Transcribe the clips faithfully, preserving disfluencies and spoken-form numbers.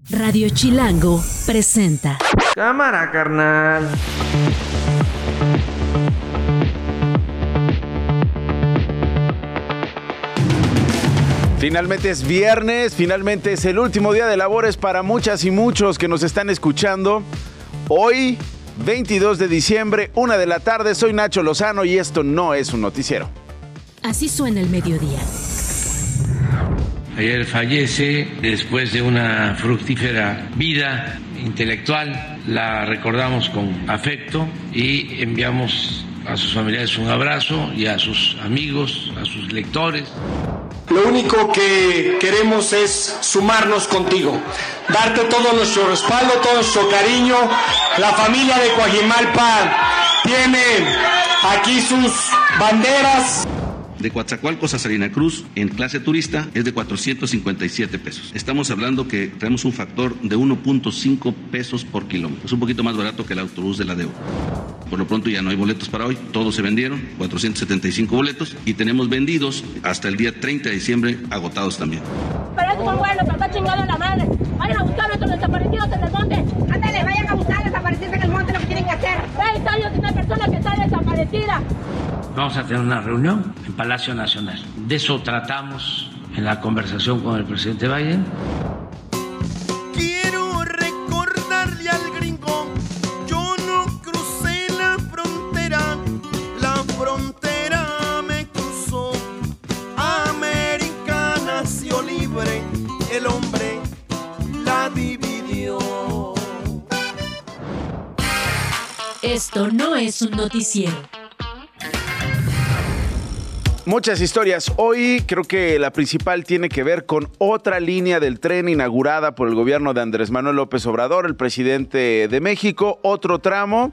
Radio Chilango presenta. Cámara, carnal. Finalmente es viernes, finalmente es el último día de labores para muchas y muchos que nos están escuchando. Hoy, veintidós de diciembre, una de la tarde, soy Nacho Lozano y esto no es un noticiero. Así suena el mediodía. Ayer fallece después de una fructífera vida intelectual. La recordamos con afecto y enviamos a sus familiares un abrazo y a sus amigos, a sus lectores. Lo único que queremos es sumarnos contigo, darte todo nuestro respaldo, todo nuestro cariño. La familia de Coajimalpa tiene aquí sus banderas. De Coatzacoalcos a Salina Cruz, en clase turista, es de cuatrocientos cincuenta y siete pesos. Estamos hablando que tenemos un factor de uno punto cinco pesos por kilómetro. Es un poquito más barato que el autobús de la D E U. Por lo pronto ya no hay boletos para hoy, todos se vendieron, cuatrocientos setenta y cinco boletos, y tenemos vendidos hasta el día treinta de diciembre, agotados también. Pero es muy bueno, pero está chingado la madre. Vayan a buscar a nuestros desaparecidos en el monte. Ándale, vayan a buscar desaparecidos en el monte, lo que tienen que hacer. veinte años de una persona que está desaparecida. Vamos a tener una reunión en Palacio Nacional. De eso tratamos en la conversación con el presidente Biden. Quiero recordarle al gringo, yo no crucé la frontera, la frontera me cruzó. América nació libre, el hombre la dividió. Esto no es un noticiero. Muchas historias. Hoy creo que la principal tiene que ver con otra línea del tren inaugurada por el gobierno de Andrés Manuel López Obrador, el presidente de México. Otro tramo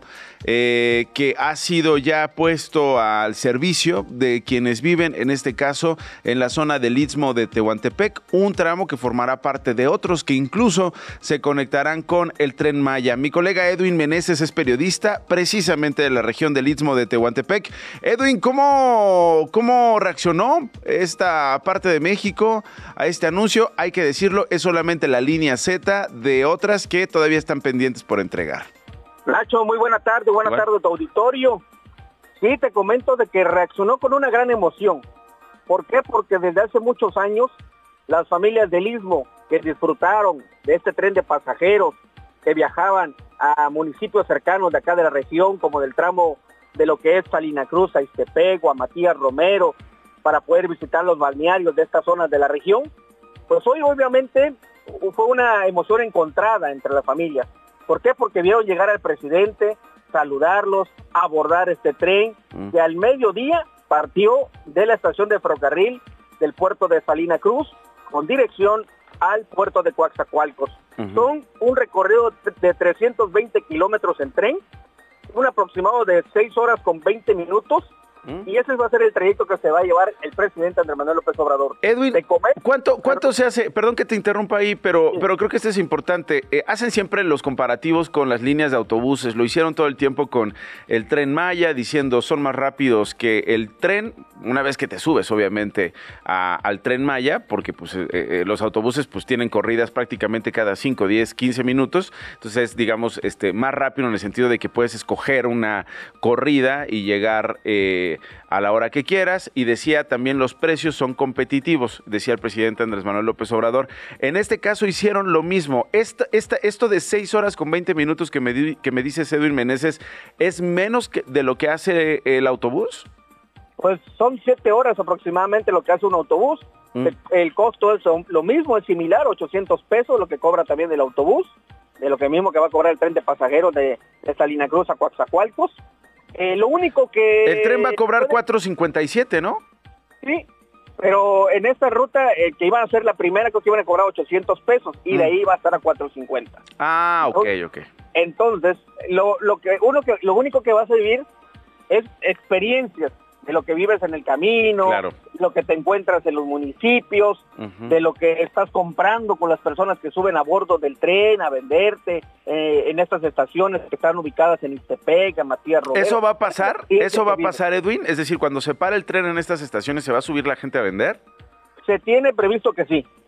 eh, que ha sido ya puesto al servicio de quienes viven, en este caso, en la zona del Istmo de Tehuantepec. Un tramo que formará parte de otros que incluso se conectarán con el Tren Maya. Mi colega Edwin Meneses es periodista precisamente de la región del Istmo de Tehuantepec. Edwin, ¿cómo, cómo reaccionó esta parte de México a este anuncio? Hay que decirlo, es solamente la línea Z de otras que todavía están pendientes por entregar. Nacho, muy buena tarde, buena bueno. tarde a tu auditorio. Sí, te comento de que reaccionó con una gran emoción. ¿Por qué? Porque desde hace muchos años las familias del Istmo que disfrutaron de este tren de pasajeros que viajaban a municipios cercanos de acá de la región, como del tramo de lo que es Salina Cruz, Aiztepec, Matías Romero, para poder visitar los balnearios de estas zonas de la región, pues hoy obviamente fue una emoción encontrada entre las familias. ¿Por qué? Porque vieron llegar al presidente, saludarlos, abordar este tren, mm. que al mediodía partió de la estación de ferrocarril del puerto de Salina Cruz con dirección al puerto de Coatzacoalcos. Uh-huh. Son un recorrido de trescientos veinte kilómetros en tren, un aproximado de seis horas con veinte minutos, ¿Mm? y ese va a ser el trayecto que se va a llevar el presidente Andrés Manuel López Obrador. Edwin, ¿cuánto, cuánto se hace? Perdón que te interrumpa ahí, pero, sí. pero creo que esto es importante. Eh, hacen siempre los comparativos con las líneas de autobuses, lo hicieron todo el tiempo con el Tren Maya, diciendo son más rápidos que el tren, una vez que te subes obviamente a, al Tren Maya, porque pues eh, eh, los autobuses pues tienen corridas prácticamente cada cinco, diez, quince minutos, entonces digamos este más rápido en el sentido de que puedes escoger una corrida y llegar eh, a la hora que quieras, y decía también los precios son competitivos, decía el presidente Andrés Manuel López Obrador. En este caso hicieron lo mismo. Esta, esta, esto de seis horas con veinte minutos que me, di, que me dice Edwin Meneses, ¿es menos que de lo que hace el autobús? Pues son siete horas aproximadamente lo que hace un autobús. Mm. El, el costo es lo mismo, es similar, ochocientos pesos, lo que cobra también el autobús, de lo que mismo que va a cobrar el tren de pasajeros de, de Salina Cruz a Coatzacoalcos. Eh, lo único que... El tren va a cobrar cuatro cincuenta y siete, ¿no? Sí, pero en esta ruta eh, que iban a ser la primera, creo que iban a cobrar ochocientos pesos y mm. de ahí va a estar a cuatro cincuenta. Ah, ok, ok. Entonces, lo, lo, que uno que, lo único que vas a vivir es experiencias de lo que vives en el camino, claro. lo que te encuentras en los municipios, uh-huh. de lo que estás comprando con las personas que suben a bordo del tren a venderte eh, en estas estaciones que están ubicadas en Ixtepec, en Matías Romero. ¿Eso va a pasar? ¿Eso va a pasar, Edwin? Es decir, cuando se para el tren en estas estaciones, ¿se va a subir la gente a vender? Se tiene previsto que sí.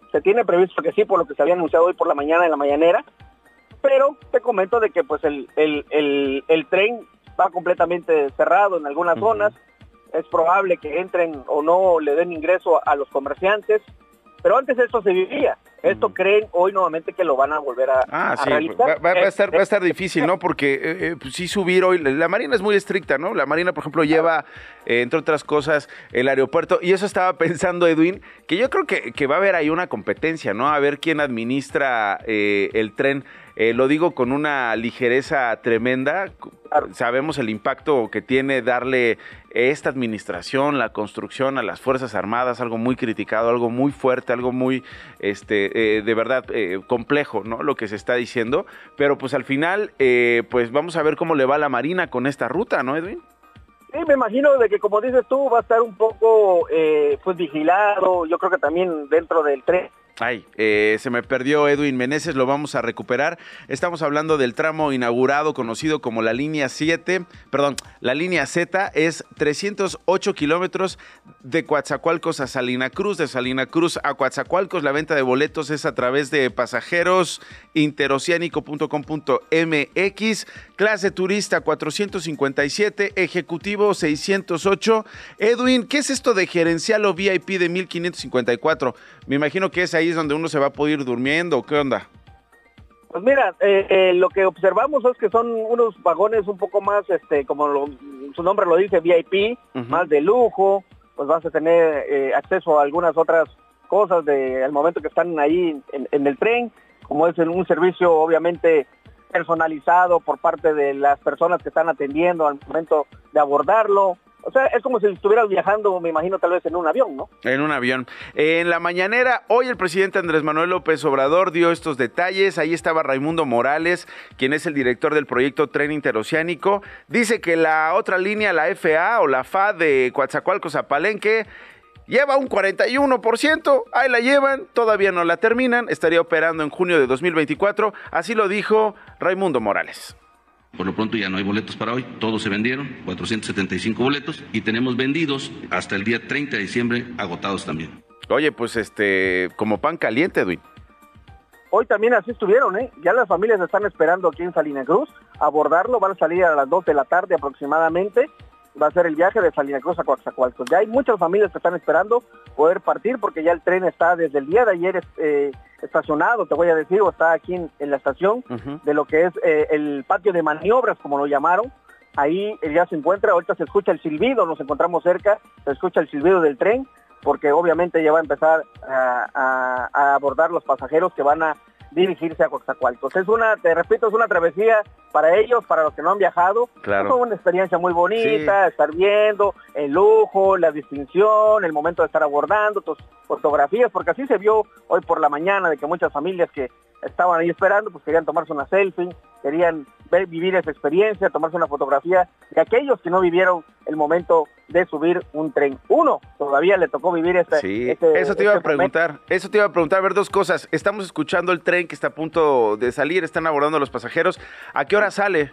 se tiene previsto que sí, por lo que se había anunciado hoy por la mañana en la mañanera, pero te comento de que pues el, el, el, el tren va completamente cerrado en algunas uh-huh. zonas, es probable que entren o no le den ingreso a los comerciantes, pero antes esto se vivía. Esto creen hoy nuevamente que lo van a volver a, ah, a sí, realizar. Va, va, va, a estar, va a estar difícil, ¿no? Porque eh, eh, pues sí subir hoy, la Marina es muy estricta, ¿no? La Marina, por ejemplo, lleva, eh, entre otras cosas, el aeropuerto, y eso estaba pensando, Edwin, que yo creo que, que va a haber ahí una competencia, ¿no? A ver quién administra eh, el tren. Eh, lo digo con una ligereza tremenda. Claro. Sabemos el impacto que tiene darle esta administración, la construcción a las Fuerzas Armadas, algo muy criticado, algo muy fuerte, algo muy, este, eh, de verdad, eh, complejo, ¿no? Lo que se está diciendo. Pero pues al final, eh, pues vamos a ver cómo le va a la Marina con esta ruta, ¿no, Edwin? Sí, me imagino de que, como dices tú, va a estar un poco eh, pues vigilado, yo creo que también dentro del tren. Ay, eh, se me perdió Edwin Meneses, lo vamos a recuperar. Estamos hablando del tramo inaugurado conocido como la línea siete, perdón, la línea Z, es trescientos ocho kilómetros de Coatzacoalcos a Salina Cruz, de Salina Cruz a Coatzacoalcos. La venta de boletos es a través de pasajeros interoceánico punto com punto m x, clase turista cuatrocientos cincuenta y siete, ejecutivo seiscientos ocho. Edwin, ¿qué es esto de gerencial o V I P de mil quinientos cincuenta y cuatro? Me imagino que es ahí es donde uno se va a poder ir durmiendo, ¿qué onda? Pues mira, eh, eh, lo que observamos es que son unos vagones un poco más, este, como lo, su nombre lo dice, V I P, uh-huh. más de lujo, pues vas a tener eh, acceso a algunas otras cosas de, al momento que están ahí en, en el tren, como es en un servicio obviamente personalizado por parte de las personas que están atendiendo al momento de abordarlo. O sea, es como si estuvieras viajando, me imagino, tal vez en un avión, ¿no? En un avión. En la mañanera, hoy el presidente Andrés Manuel López Obrador dio estos detalles. Ahí estaba Raimundo Morales, quien es el director del proyecto Tren Interoceánico. Dice que la otra línea, la F A o la F A de Coatzacoalcos a Palenque, lleva un cuarenta y uno por ciento. Ahí la llevan, todavía no la terminan. Estaría operando en junio de dos mil veinticuatro. Así lo dijo Raimundo Morales. Por lo pronto ya no hay boletos para hoy, todos se vendieron, cuatrocientos setenta y cinco boletos, y tenemos vendidos hasta el día treinta de diciembre, agotados también. Oye, pues este, como pan caliente, Edwin. Hoy también así estuvieron, ¿eh? Ya las familias están esperando aquí en Salina Cruz, abordarlo, van a salir a las dos de la tarde aproximadamente, va a ser el viaje de Salina Cruz a Coatzacoalcos. Ya hay muchas familias que están esperando poder partir porque ya el tren está desde el día de ayer eh, estacionado, te voy a decir, o está aquí en, en la estación uh-huh. de lo que es eh, el patio de maniobras, como lo llamaron. Ahí ya se encuentra, ahorita se escucha el silbido, nos encontramos cerca, se escucha el silbido del tren, porque obviamente ya va a empezar a, a, a abordar los pasajeros que van a dirigirse a Coatzacoalcos. Es una, te repito, es una travesía para ellos, para los que no han viajado. Claro. Es una experiencia muy bonita, sí. Estar viendo el lujo, la distinción, el momento de estar abordando tus fotografías, porque así se vio hoy por la mañana de que muchas familias que estaban ahí esperando, pues querían tomarse una selfie, querían ver, vivir esa experiencia, tomarse una fotografía de aquellos que no vivieron el momento de subir un tren. Uno, todavía le tocó vivir este Sí, este, eso te iba este a preguntar, momento. eso te iba a preguntar, a ver, dos cosas. Estamos escuchando el tren que está a punto de salir, están abordando a los pasajeros. ¿A qué hora sale?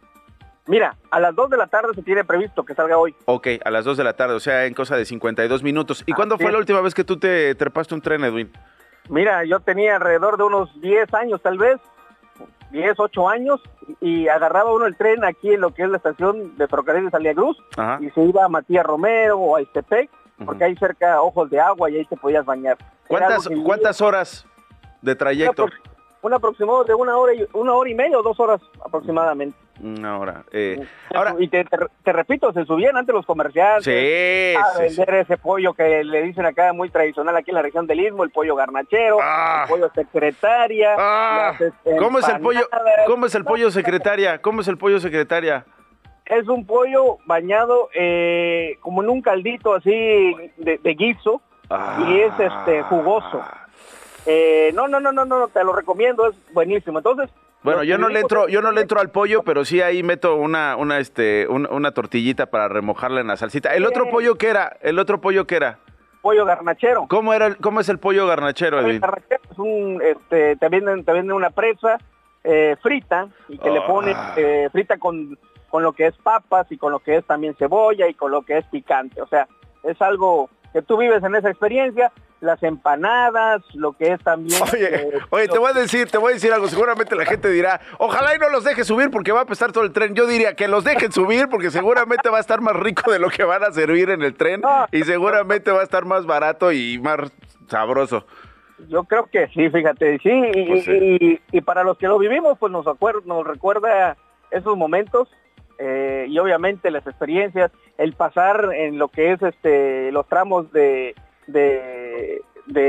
Mira, a las dos de la tarde se tiene previsto que salga hoy. Ok, a las dos de la tarde, o sea, en cosa de cincuenta y dos minutos. ¿Y cuándo fue la última vez que tú te trepaste un tren, Edwin? Mira, yo tenía alrededor de unos diez años tal vez, diez, ocho años, y agarraba uno el tren aquí en lo que es la estación de ferrocarril de Salina Cruz, Ajá. y se iba a Matías Romero o a Ixtepec, porque uh-huh. hay cerca ojos de agua y ahí te podías bañar. ¿Cuántas, ¿cuántas horas de trayecto? Una, un aproximado de una hora y una hora y media o dos horas aproximadamente. Una hora. Eh, ahora, y te, te, te repito, se subían antes los comerciantes sí, a sí, vender sí. ese pollo que le dicen acá muy tradicional aquí en la región del Istmo, el pollo garnachero, ah. el pollo secretaria. Ah. Las ¿Cómo es el pollo? ¿Cómo es el pollo secretaria? ¿Cómo es el pollo secretaria? Es un pollo bañado eh, como en un caldito así de, de guiso ah. y es este jugoso. Eh, no, no, no, no, no, te lo recomiendo, es buenísimo. Entonces, bueno, yo no le entro, yo no le entro al pollo, pero sí ahí meto una, una, este, un, una tortillita para remojarla en la salsita. ¿El otro pollo qué era? ¿El otro pollo qué era? Pollo garnachero. ¿Cómo era? El, cómo es el pollo garnachero, Edwin? El garnachero es un, este, te venden, te venden una presa eh, frita y que oh. le ponen eh, frita con, con lo que es papas y con lo que es también cebolla y con lo que es picante. O sea, es algo que tú vives en esa experiencia. las empanadas, lo que es también... Oye, eh, oye, te voy a decir, te voy a decir algo, seguramente la gente dirá, ojalá y no los deje subir porque va a apestar todo el tren. Yo diría que los dejen subir porque seguramente va a estar más rico de lo que van a servir en el tren y seguramente va a estar más barato y más sabroso. Yo creo que sí, fíjate, sí, y, Pues sí. y, y para los que lo vivimos, pues nos, acuer- nos recuerda esos momentos eh, y obviamente las experiencias, el pasar en lo que es este los tramos de... de,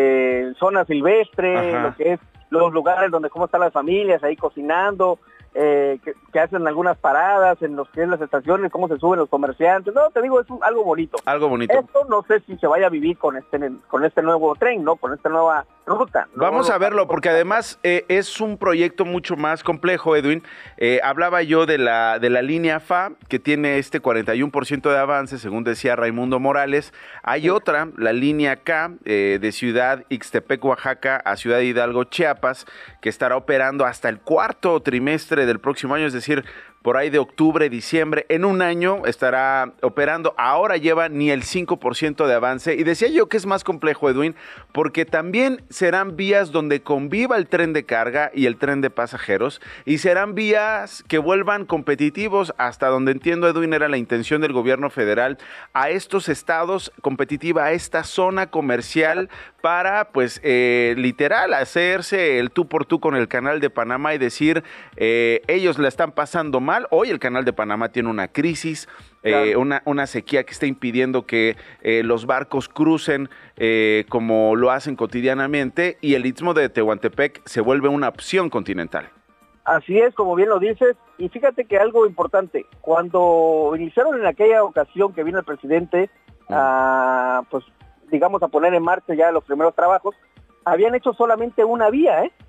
de zona silvestre, Ajá. lo que es los lugares donde cómo están las familias ahí cocinando, eh, que, que hacen algunas paradas en los que es las estaciones, cómo se suben los comerciantes. No, te digo, es un, algo bonito. Algo bonito. Esto no sé si se vaya a vivir con este con este nuevo tren, ¿no? Con esta nueva ruta. ¿no? Vamos a verlo, porque además eh, es un proyecto mucho más complejo, Edwin. Eh, hablaba yo de la, de la línea F A, que tiene este cuarenta y uno por ciento de avance, según decía Raimundo Morales. Hay sí. otra, la línea K, eh, de Ciudad Ixtepec, Oaxaca, a Ciudad Hidalgo, Chiapas, que estará operando hasta el cuarto trimestre del próximo año, es decir, por ahí de octubre, diciembre, en un año estará operando. Ahora lleva ni el cinco por ciento de avance. Y decía yo que es más complejo, Edwin, porque también serán vías donde conviva el tren de carga y el tren de pasajeros, y serán vías que vuelvan competitivos, hasta donde entiendo, Edwin, era la intención del gobierno federal, a estos estados, competitiva a esta zona comercial, para, pues, eh, literal, hacerse el tú por tú con el Canal de Panamá y decir, eh, ellos la están pasando mal. Hoy el Canal de Panamá tiene una crisis, claro. eh, una, una sequía que está impidiendo que eh, los barcos crucen eh, como lo hacen cotidianamente, y el Istmo de Tehuantepec se vuelve una opción continental. Así es, como bien lo dices, y fíjate que algo importante, cuando iniciaron en aquella ocasión que vino el presidente mm. a, pues, digamos, a poner en marcha ya los primeros trabajos, habían hecho solamente una vía, ¿eh?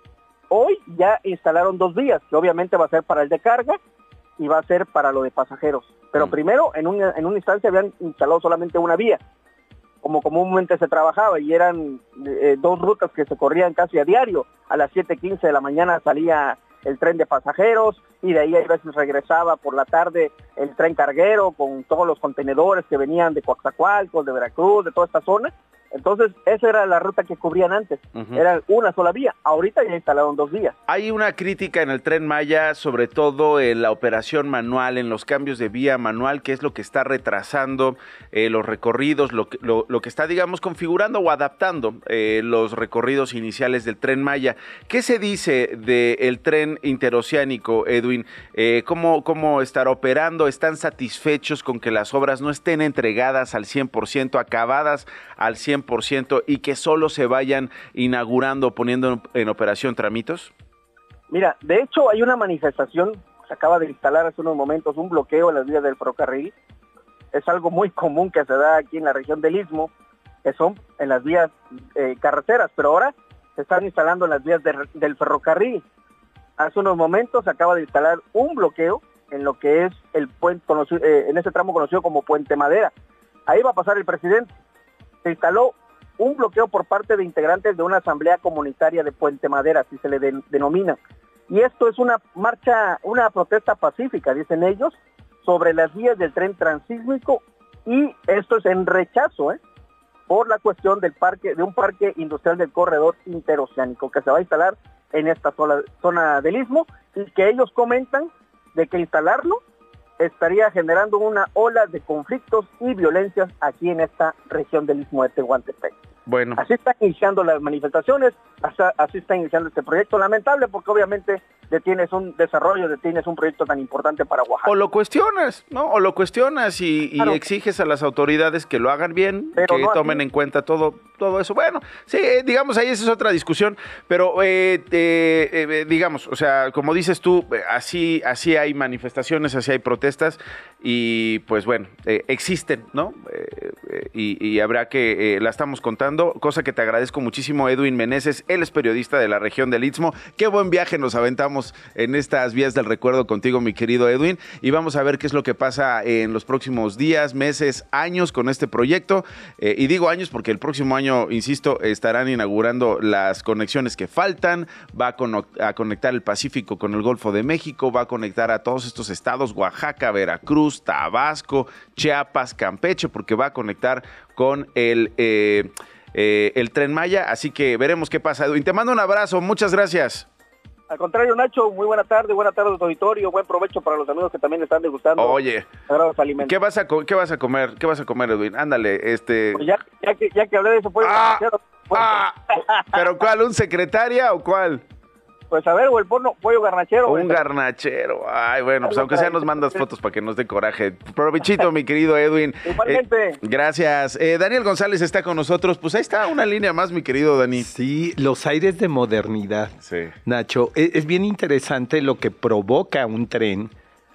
Hoy ya instalaron dos vías, que obviamente va a ser para el de carga y va a ser para lo de pasajeros. Pero mm. primero, en una, en una instancia habían instalado solamente una vía, como comúnmente se trabajaba, y eran eh, dos rutas que se corrían casi a diario. A las siete quince de la mañana salía el tren de pasajeros, y de ahí a veces regresaba por la tarde el tren carguero con todos los contenedores que venían de Coatzacoalcos, de Veracruz, de toda esta zona. Entonces, esa era la ruta que cubrían antes. Uh-huh. Era una sola vía. Ahorita ya instalaron dos vías. Hay una crítica en el Tren Maya, sobre todo en la operación manual, en los cambios de vía manual, que es lo que está retrasando eh, los recorridos, lo que, lo, lo que está, digamos, configurando o adaptando eh, los recorridos iniciales del Tren Maya. ¿Qué se dice del tren interoceánico, Edwin? Eh, ¿cómo, ¿Cómo estará operando? ¿Están satisfechos con que las obras no estén entregadas al cien por ciento, acabadas al cien por ciento, y que solo se vayan inaugurando, poniendo en, en operación tramitos? Mira, de hecho hay una manifestación, se acaba de instalar hace unos momentos un bloqueo en las vías del ferrocarril. Es algo muy común que se da aquí en la región del Istmo, que son en las vías eh, carreteras, pero ahora se están instalando en las vías de, del ferrocarril. Hace unos momentos se acaba de instalar un bloqueo en lo que es el puente, conocido, eh, en ese tramo conocido como Puente Madera. Ahí va a pasar el presidente. Se instaló un bloqueo por parte de integrantes de una asamblea comunitaria de Puente Madera, así se le de, denomina. Y esto es una marcha, una protesta pacífica, dicen ellos, sobre las vías del tren transísmico, y esto es en rechazo, ¿eh? por la cuestión del parque, de un parque industrial del corredor interoceánico que se va a instalar en esta zona, zona del Istmo, y que ellos comentan de que instalarlo estaría generando una ola de conflictos y violencias aquí en esta región del Istmo de Tehuantepec. Bueno. Así están iniciando las manifestaciones, así está iniciando este proyecto. Lamentable, porque obviamente detienes un desarrollo, detienes un proyecto tan importante para Oaxaca. O lo cuestionas, ¿no? O lo cuestionas y, y claro. exiges a las autoridades que lo hagan bien, pero que no tomen así. en cuenta todo, todo eso. Bueno, sí, digamos, ahí esa es otra discusión, pero eh, eh, eh, digamos, o sea, como dices tú, así, así hay manifestaciones, así hay protestas, y pues bueno, eh, existen, ¿no? Eh, eh, y, y habrá que, eh, la estamos contando, cosa que te agradezco muchísimo, Edwin Meneses. Él es periodista de la región del Istmo. Qué buen viaje nos aventamos en estas vías del recuerdo contigo, mi querido Edwin, y vamos a ver qué es lo que pasa en los próximos días, meses, años con este proyecto, eh, y digo años porque el próximo año, insisto, estarán inaugurando las conexiones que faltan, va a, con- a conectar el Pacífico con el Golfo de México, va a conectar a todos estos estados, Oaxaca, Veracruz, Tabasco, Chiapas, Campeche, porque va a conectar con el... Eh, eh, el Tren Maya, así que veremos qué pasa. Edwin, te mando un abrazo, muchas gracias. Al contrario, Nacho, muy buena tarde, buena tarde a tu auditorio, buen provecho para los amigos que también están degustando. Oye, sagrados alimentos. ¿qué vas a co- qué vas a comer? ¿Qué vas a comer, Edwin? Ándale, este. Pues ya, ya que ya que hablé de eso, pues. Ah, ah, ¿pero cuál? ¿Un secretaria o cuál? Pues a ver, o el porno, pollo garnachero. Un güey. garnachero. Ay, bueno, pues aunque sea nos mandas fotos para que nos dé coraje. Provechito, mi querido Edwin. Igualmente. Eh, gracias. Eh, Daniel González está con nosotros. Pues ahí está una línea más, mi querido Dani. Sí, los aires de modernidad. Sí. Nacho, es, es bien interesante lo que provoca un tren.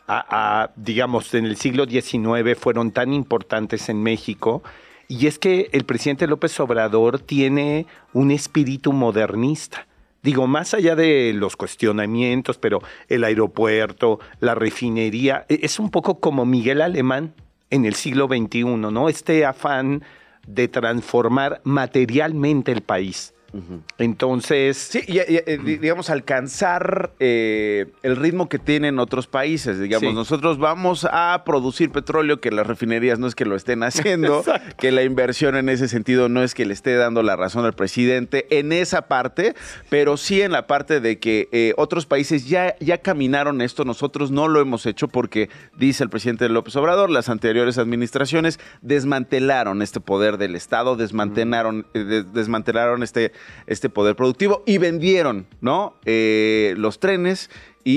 A, a, digamos, en el siglo diecinueve fueron tan importantes en México. Y es que el presidente López Obrador tiene un espíritu modernista. Digo, más allá de los cuestionamientos, pero el aeropuerto, la refinería, es un poco como Miguel Alemán en el siglo veintiuno, ¿no? Este afán de transformar materialmente el país. Uh-huh. Entonces... Sí, y, y, y, digamos, alcanzar eh, el ritmo que tienen otros países. Digamos, sí. Nosotros vamos a producir petróleo, que las refinerías no es que lo estén haciendo, que la inversión en ese sentido no es que le esté dando la razón al presidente en esa parte, pero sí en la parte de que eh, otros países ya, ya caminaron esto, nosotros no lo hemos hecho porque, dice el presidente López Obrador, las anteriores administraciones desmantelaron este poder del Estado, desmantelaron, uh-huh. eh, desmantelaron este... este poder productivo y vendieron, ¿no? Eh, los trenes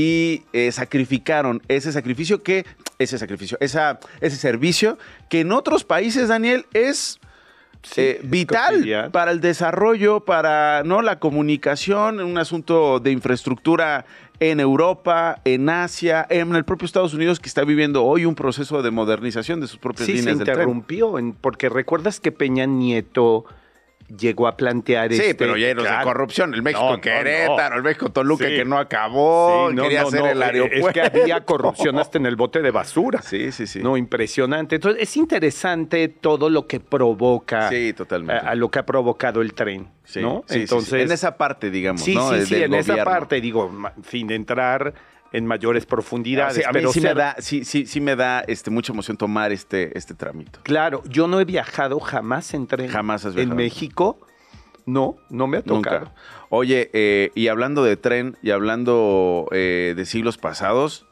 y eh, sacrificaron ese sacrificio que, ese sacrificio, esa, ese servicio que en otros países, Daniel, es sí, eh, vital cotidiano. Para el desarrollo, para no la comunicación, un asunto de infraestructura en Europa, en Asia, en el propio Estados Unidos, que está viviendo hoy un proceso de modernización de sus propias sí, líneas se del tren. interrumpió, en, porque recuerdas que Peña Nieto llegó a plantear sí, este... pero ya era claro. de corrupción, el México no, Querétaro, no. el México Toluca sí. que no acabó, sí, no, quería no, hacer no. el aeropuerto. Es que había corrupción hasta en el bote de basura. Sí, sí, sí. No, impresionante. Entonces, es interesante todo lo que provoca... Sí, totalmente. A, a lo que ha provocado el tren, sí, ¿no? Sí, Entonces, sí, sí. En esa parte, digamos, sí, ¿no? Sí, de, sí, en gobierno. Esa parte, digo, sin entrar... en mayores profundidades. Sí, a mí pero sí, ser... me da, sí, sí, sí me da este, mucha emoción tomar este, este trámite. Claro, yo no he viajado jamás en tren. Jamás has viajado. En México, no, no me ha tocado. Nunca. Oye, eh, y hablando de tren y hablando eh, de siglos pasados,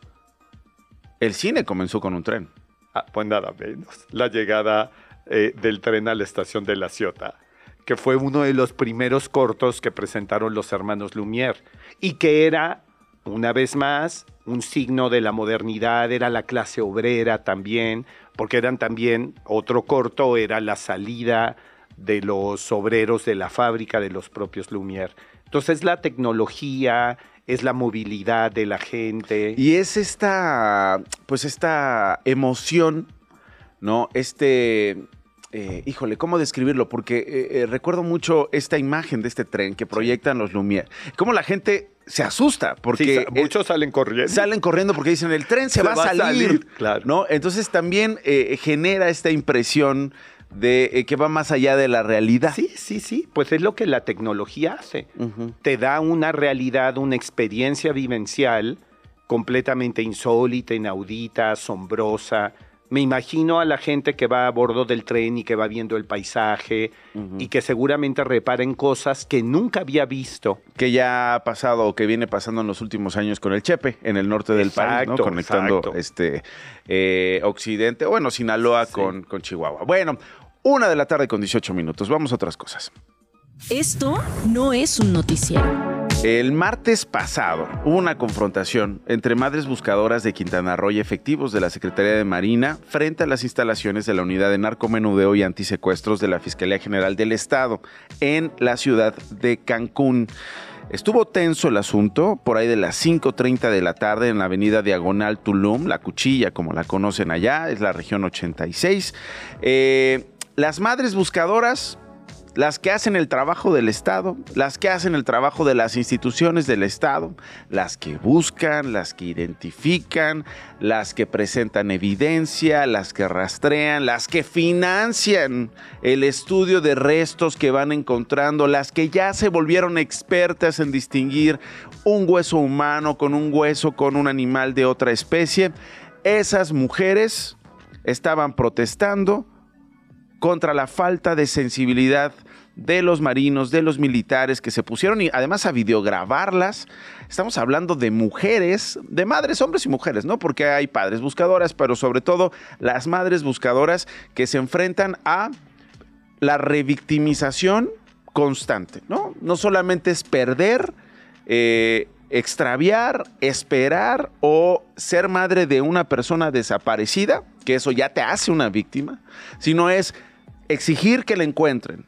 el cine comenzó con un tren. Ah, pues nada menos. La llegada eh, del tren a la estación de La Ciotat, que fue uno de los primeros cortos que presentaron los hermanos Lumière y que era... una vez más, un signo de la modernidad, era la clase obrera también, porque eran también, otro corto era la salida de los obreros de la fábrica de los propios Lumière. Entonces la tecnología, es la movilidad de la gente. Y es esta, pues esta emoción, ¿no? Este... Eh, híjole, ¿cómo describirlo? Porque eh, eh, recuerdo mucho esta imagen de este tren que proyectan los Lumière. Cómo la gente se asusta porque... Sí, muchos eh, salen corriendo. Salen corriendo porque dicen, el tren se, se va, va a salir. salir claro. ¿No? Entonces también eh, genera esta impresión de eh, que va más allá de la realidad. Sí, sí, sí. Pues es lo que la tecnología hace. Uh-huh. Te da una realidad, una experiencia vivencial completamente insólita, inaudita, asombrosa. Me imagino a la gente que va a bordo del tren y que va viendo el paisaje uh-huh. y que seguramente repara en cosas que nunca había visto. Que ya ha pasado o que viene pasando en los últimos años con el Chepe, en el norte del exacto, país, ¿no? Conectando exacto. este eh, occidente, bueno, Sinaloa sí. con, con Chihuahua. Bueno, una de la tarde con dieciocho minutos. Vamos a otras cosas. Esto no es un noticiero. El martes pasado hubo una confrontación entre madres buscadoras de Quintana Roo y efectivos de la Secretaría de Marina frente a las instalaciones de la Unidad de Narcomenudeo y Antisecuestros de la Fiscalía General del Estado en la ciudad de Cancún. Estuvo tenso el asunto por ahí de las cinco treinta de la tarde en la avenida Diagonal Tulum, La Cuchilla, como la conocen allá, es la región ochenta y seis. Eh, las madres buscadoras... las que hacen el trabajo del Estado, las que hacen el trabajo de las instituciones del Estado, las que buscan, las que identifican, las que presentan evidencia, las que rastrean, las que financian el estudio de restos que van encontrando, las que ya se volvieron expertas en distinguir un hueso humano con un hueso con un animal de otra especie. Esas mujeres estaban protestando contra la falta de sensibilidad de los marinos, de los militares que se pusieron y además a videograbarlas. Estamos hablando de mujeres, de madres, hombres y mujeres, ¿no? Porque hay padres buscadoras, pero sobre todo las madres buscadoras que se enfrentan a la revictimización constante, ¿no? No solamente es perder, eh, extraviar, esperar o ser madre de una persona desaparecida, que eso ya te hace una víctima, sino es exigir que la encuentren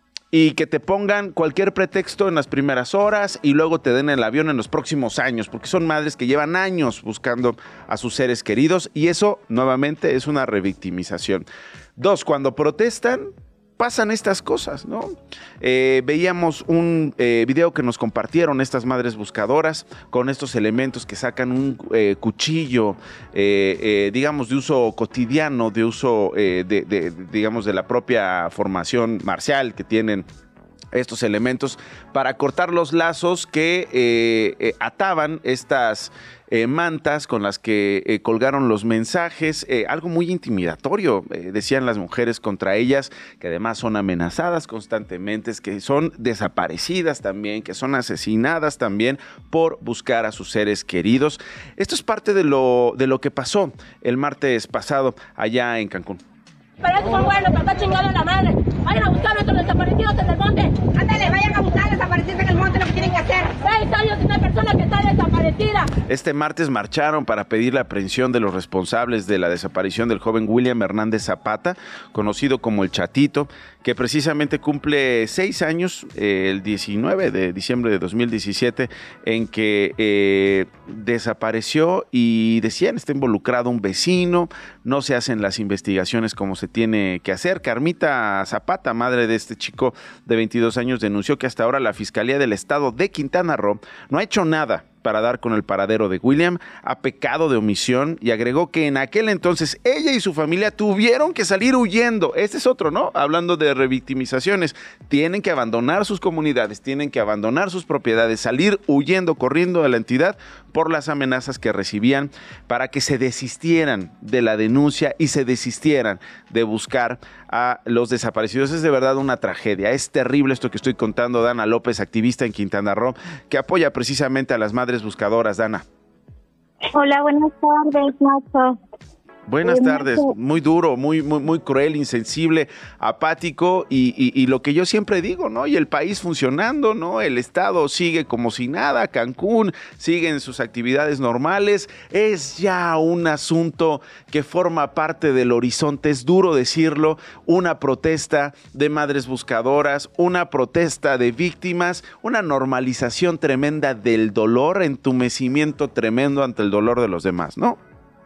y que te pongan cualquier pretexto en las primeras horas y luego te den el avión en los próximos años, porque son madres que llevan años buscando a sus seres queridos y eso nuevamente es una revictimización. Dos, cuando protestan, pasan estas cosas, ¿no? Eh, veíamos un eh, video que nos compartieron estas madres buscadoras con estos elementos que sacan un eh, cuchillo, eh, eh, digamos, de uso cotidiano, de uso, eh, de, de, digamos, de la propia formación marcial que tienen estos elementos para cortar los lazos que eh, eh, ataban estas eh, mantas con las que eh, colgaron los mensajes, eh, algo muy intimidatorio, eh, decían las mujeres contra ellas, que además son amenazadas constantemente, que son desaparecidas también, que son asesinadas también por buscar a sus seres queridos. Esto es parte de lo, de lo que pasó el martes pasado allá en Cancún. Pero eso son buenos, pero está chingando la madre. Vayan a buscar a nuestros desaparecidos en el monte. Ándale, vayan a buscar desaparecidos en el monte, lo que tienen que hacer. Seis años de una persona que está desaparecida. Este martes marcharon para pedir la aprehensión de los responsables de la desaparición del joven William Hernández Zapata, conocido como el Chatito, que precisamente cumple seis años, eh, el diecinueve de diciembre de dos mil diecisiete, en que eh, desapareció y decían está involucrado un vecino, no se hacen las investigaciones como se tiene que hacer. Carmita Zapata, madre de este chico de veintidós años, denunció que hasta ahora la Fiscalía del Estado de Quintana Roo no ha hecho nada para dar con el paradero de William, ha pecado de omisión y agregó que en aquel entonces ella y su familia tuvieron que salir huyendo. Este es otro, ¿no? Hablando de revictimizaciones, tienen que abandonar sus comunidades, tienen que abandonar sus propiedades, salir huyendo, corriendo de la entidad por las amenazas que recibían para que se desistieran de la denuncia y se desistieran de buscar a los desaparecidos. Es de verdad una tragedia, es terrible esto que estoy contando. Dana López, activista en Quintana Roo, que apoya precisamente a las madres buscadoras. Dana. Hola, buenas tardes, Nacho. Buenas tardes, muy duro, muy, muy, muy cruel, insensible, apático y, y, y lo que yo siempre digo, ¿no? Y el país funcionando, ¿no? El Estado sigue como si nada, Cancún sigue en sus actividades normales, es ya un asunto que forma parte del horizonte, es duro decirlo, una protesta de madres buscadoras, una protesta de víctimas, una normalización tremenda del dolor, entumecimiento tremendo ante el dolor de los demás, ¿no?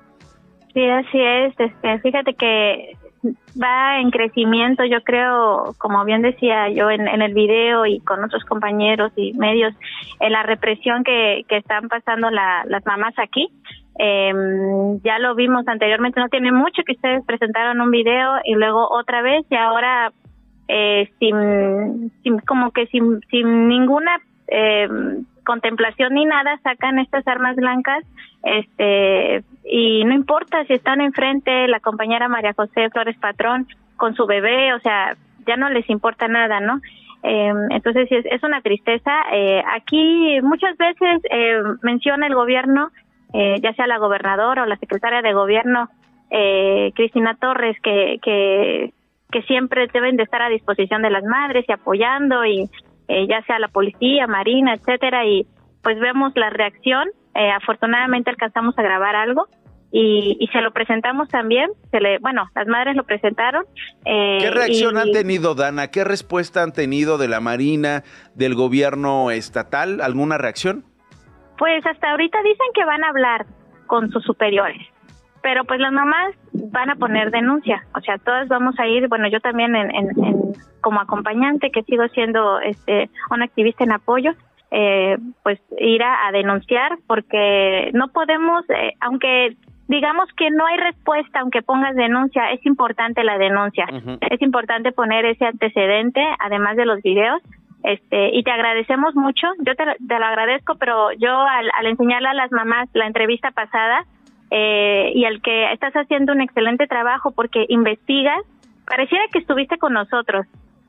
Sí, así es. Este, fíjate que va en crecimiento, yo creo, como bien decía yo en, en el video y con otros compañeros y medios, en la represión que, que están pasando la, las mamás aquí. Eh, ya lo vimos anteriormente, no tiene mucho que ustedes presentaron un video y luego otra vez y ahora eh, sin, sin como que sin, sin ninguna eh, contemplación ni nada sacan estas armas blancas. Este y no importa si están enfrente la compañera María José Flores Patrón con su bebé, o sea, ya no les importa nada, ¿no? Eh, entonces es, es una tristeza. Eh, aquí muchas veces eh, menciona el gobierno, eh, ya sea la gobernadora o la secretaria de gobierno, eh, Cristina Torres, que, que, que siempre deben de estar a disposición de las madres y apoyando, y eh, ya sea la policía, Marina, etcétera, y pues vemos la reacción. Eh, afortunadamente alcanzamos a grabar algo y, y se lo presentamos también. Se le, bueno, las madres lo presentaron. Eh, ¿Qué reacción y, han tenido, Dana? ¿Qué respuesta han tenido de la Marina, del gobierno estatal? ¿Alguna reacción? Pues hasta ahorita dicen que van a hablar con sus superiores, pero pues las mamás van a poner denuncia. O sea, todas vamos a ir, bueno, yo también en, en, en, como acompañante, que sigo siendo este una activista en apoyo, Eh, pues ir a, a denunciar, porque no podemos, eh, aunque digamos que no hay respuesta, aunque pongas denuncia, es importante la denuncia, uh-huh. Es importante poner ese antecedente, además de los videos, este y te agradecemos mucho, yo te, te lo agradezco, pero yo al, al enseñarle a las mamás la entrevista pasada, eh, y al que estás haciendo un excelente trabajo porque investigas, pareciera que estuviste con nosotros.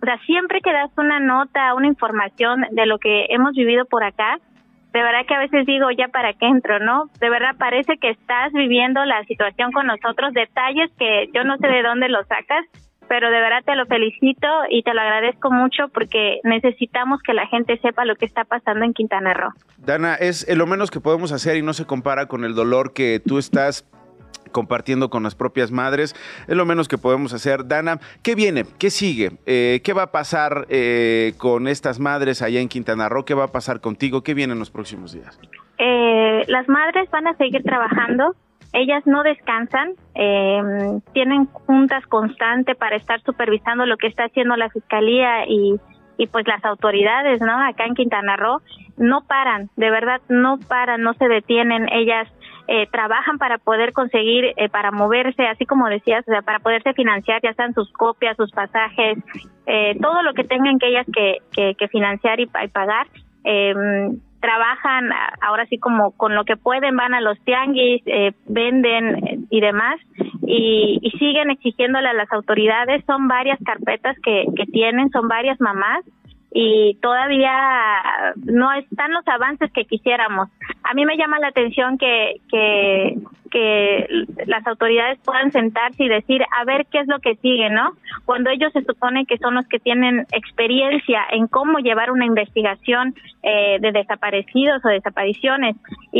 O sea, siempre que das una nota, una información de lo que hemos vivido por acá, de verdad que a veces digo, ya para qué entro, ¿no? De verdad parece que estás viviendo la situación con nosotros, detalles que yo no sé de dónde los sacas, pero de verdad te lo felicito y te lo agradezco mucho porque necesitamos que la gente sepa lo que está pasando en Quintana Roo. Dana, es lo menos que podemos hacer y no se compara con el dolor que tú estás compartiendo con las propias madres, es lo menos que podemos hacer. Dana, ¿qué viene? ¿Qué sigue? Eh, ¿Qué va a pasar eh, con estas madres allá en Quintana Roo? ¿Qué va a pasar contigo? ¿Qué viene en los próximos días? Eh, las madres van a seguir trabajando. Ellas no descansan, eh, tienen juntas constantes para estar supervisando lo que está haciendo la Fiscalía y, y pues las autoridades, ¿no? Acá en Quintana Roo no paran, de verdad no paran, no se detienen. Ellas eh, trabajan para poder conseguir, eh, para moverse, así como decías, o sea, para poderse financiar, ya sean sus copias, sus pasajes, eh, todo lo que tengan que ellas que, que, que financiar y, y pagar. Eh, trabajan ahora sí como con lo que pueden, van a los tianguis, eh, venden eh, y demás, y, y siguen exigiéndole a las autoridades. Son varias carpetas que, que tienen, son varias mamás, y todavía no están los avances que quisiéramos. A mí me llama la atención que, que, que las autoridades puedan sentarse y decir, a ver qué es lo que sigue, ¿no? Cuando ellos se supone que son los que tienen experiencia en cómo llevar una investigación eh, de desaparecidos o desapariciones.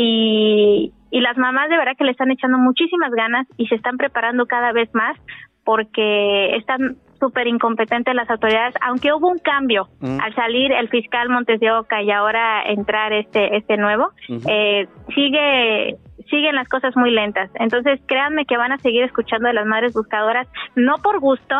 Y, y las mamás de verdad que le están echando muchísimas ganas y se están preparando cada vez más porque están súper incompetentes las autoridades, aunque hubo un cambio uh-huh. al salir el fiscal Montes de Oca y ahora entrar este este nuevo, uh-huh. eh, sigue siguen las cosas muy lentas. Entonces créanme que van a seguir escuchando de las madres buscadoras, no por gusto,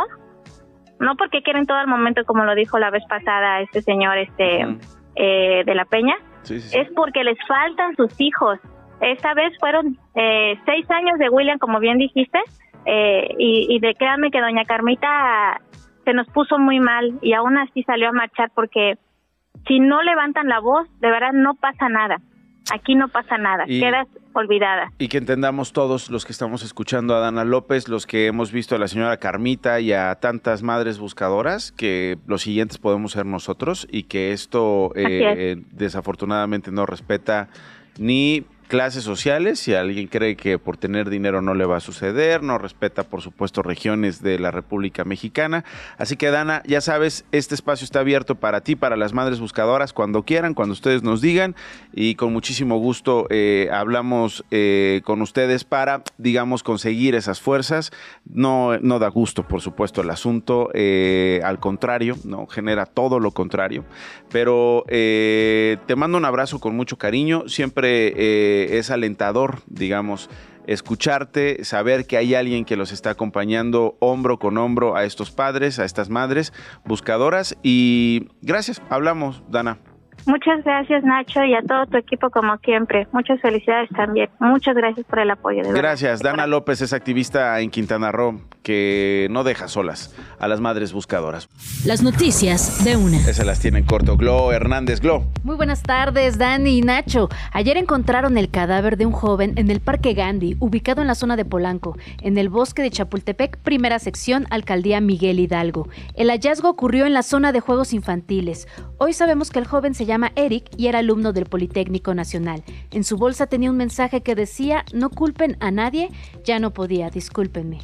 no porque quieren todo el momento, como lo dijo la vez pasada este señor este uh-huh. eh, de la Peña, sí, sí, sí. es porque les faltan sus hijos. Esta vez fueron eh, seis años de William, como bien dijiste, Eh, y, y de créanme que doña Carmita se nos puso muy mal y aún así salió a marchar porque si no levantan la voz, de verdad no pasa nada. Aquí no pasa nada, y, quedas olvidada. Y que entendamos todos los que estamos escuchando a Dana López, los que hemos visto a la señora Carmita y a tantas madres buscadoras, que los siguientes podemos ser nosotros y que esto eh, desafortunadamente no respeta ni clases sociales. Si alguien cree que por tener dinero no le va a suceder, no respeta, por supuesto, regiones de la República Mexicana. Así que, Dana, ya sabes, este espacio está abierto para ti, para las madres buscadoras, cuando quieran, cuando ustedes nos digan, y con muchísimo gusto eh, hablamos eh, con ustedes para, digamos, conseguir esas fuerzas. No, no da gusto, por supuesto, el asunto, eh, al contrario, no genera todo lo contrario, pero eh, te mando un abrazo con mucho cariño. Siempre eh, es alentador, digamos, escucharte, saber que hay alguien que los está acompañando hombro con hombro a estos padres, a estas madres buscadoras. Y gracias, hablamos, Dana. Muchas gracias, Nacho, y a todo tu equipo como siempre. Muchas felicidades también. Muchas gracias por el apoyo. De gracias. Verdad. Dana López es activista en Quintana Roo que no deja solas a las madres buscadoras. Las noticias de una. Esas las tiene en corto. Glo Hernández, Glo. Muy buenas tardes, Dani y Nacho. Ayer encontraron el cadáver de un joven en el Parque Gandhi, ubicado en la zona de Polanco, en el bosque de Chapultepec, primera sección, Alcaldía Miguel Hidalgo. El hallazgo ocurrió en la zona de juegos infantiles. Hoy sabemos que el joven se llama Eric y era alumno del Politécnico Nacional. En su bolsa tenía un mensaje que decía: no culpen a nadie, ya no podía, discúlpenme.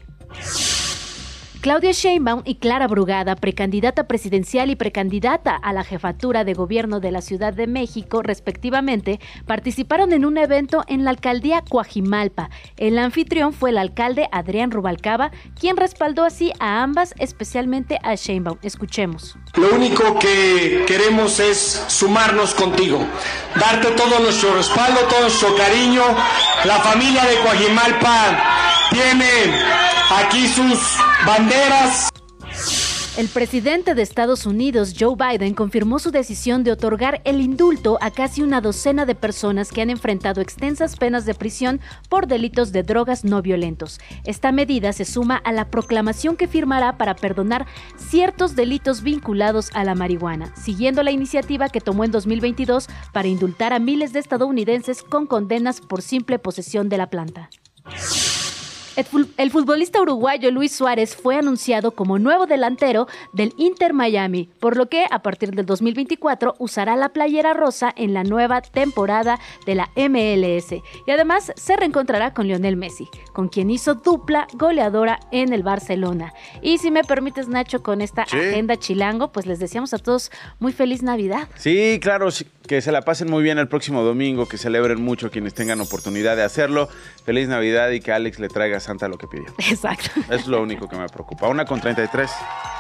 Claudia Sheinbaum y Clara Brugada, precandidata presidencial y precandidata a la jefatura de gobierno de la Ciudad de México, respectivamente, participaron en un evento en la alcaldía Coajimalpa. El anfitrión fue el alcalde Adrián Rubalcaba, quien respaldó así a ambas, especialmente a Sheinbaum. Escuchemos. Lo único que queremos es sumarnos contigo, darte todo nuestro respaldo, todo nuestro cariño. La familia de Coajimalpa tiene aquí sus banderas. El presidente de Estados Unidos, Joe Biden, confirmó su decisión de otorgar el indulto a casi una docena de personas que han enfrentado extensas penas de prisión por delitos de drogas no violentos. Esta medida se suma a la proclamación que firmará para perdonar ciertos delitos vinculados a la marihuana, siguiendo la iniciativa que tomó en dos mil veintidós para indultar a miles de estadounidenses con condenas por simple posesión de la planta. El futbolista uruguayo Luis Suárez fue anunciado como nuevo delantero del Inter Miami, por lo que a partir del dos mil veinticuatro usará la playera rosa en la nueva temporada de la M L S y además se reencontrará con Lionel Messi, con quien hizo dupla goleadora en el Barcelona. Y si me permites, Nacho, con esta sí. agenda chilango, pues les deseamos a todos muy feliz Navidad. Sí, claro, que se la pasen muy bien el próximo domingo, que celebren mucho quienes tengan oportunidad de hacerlo. Feliz Navidad y que Alex le traiga a Santa lo que pidió. Exacto. Es lo único que me preocupa. Una con treinta y tres.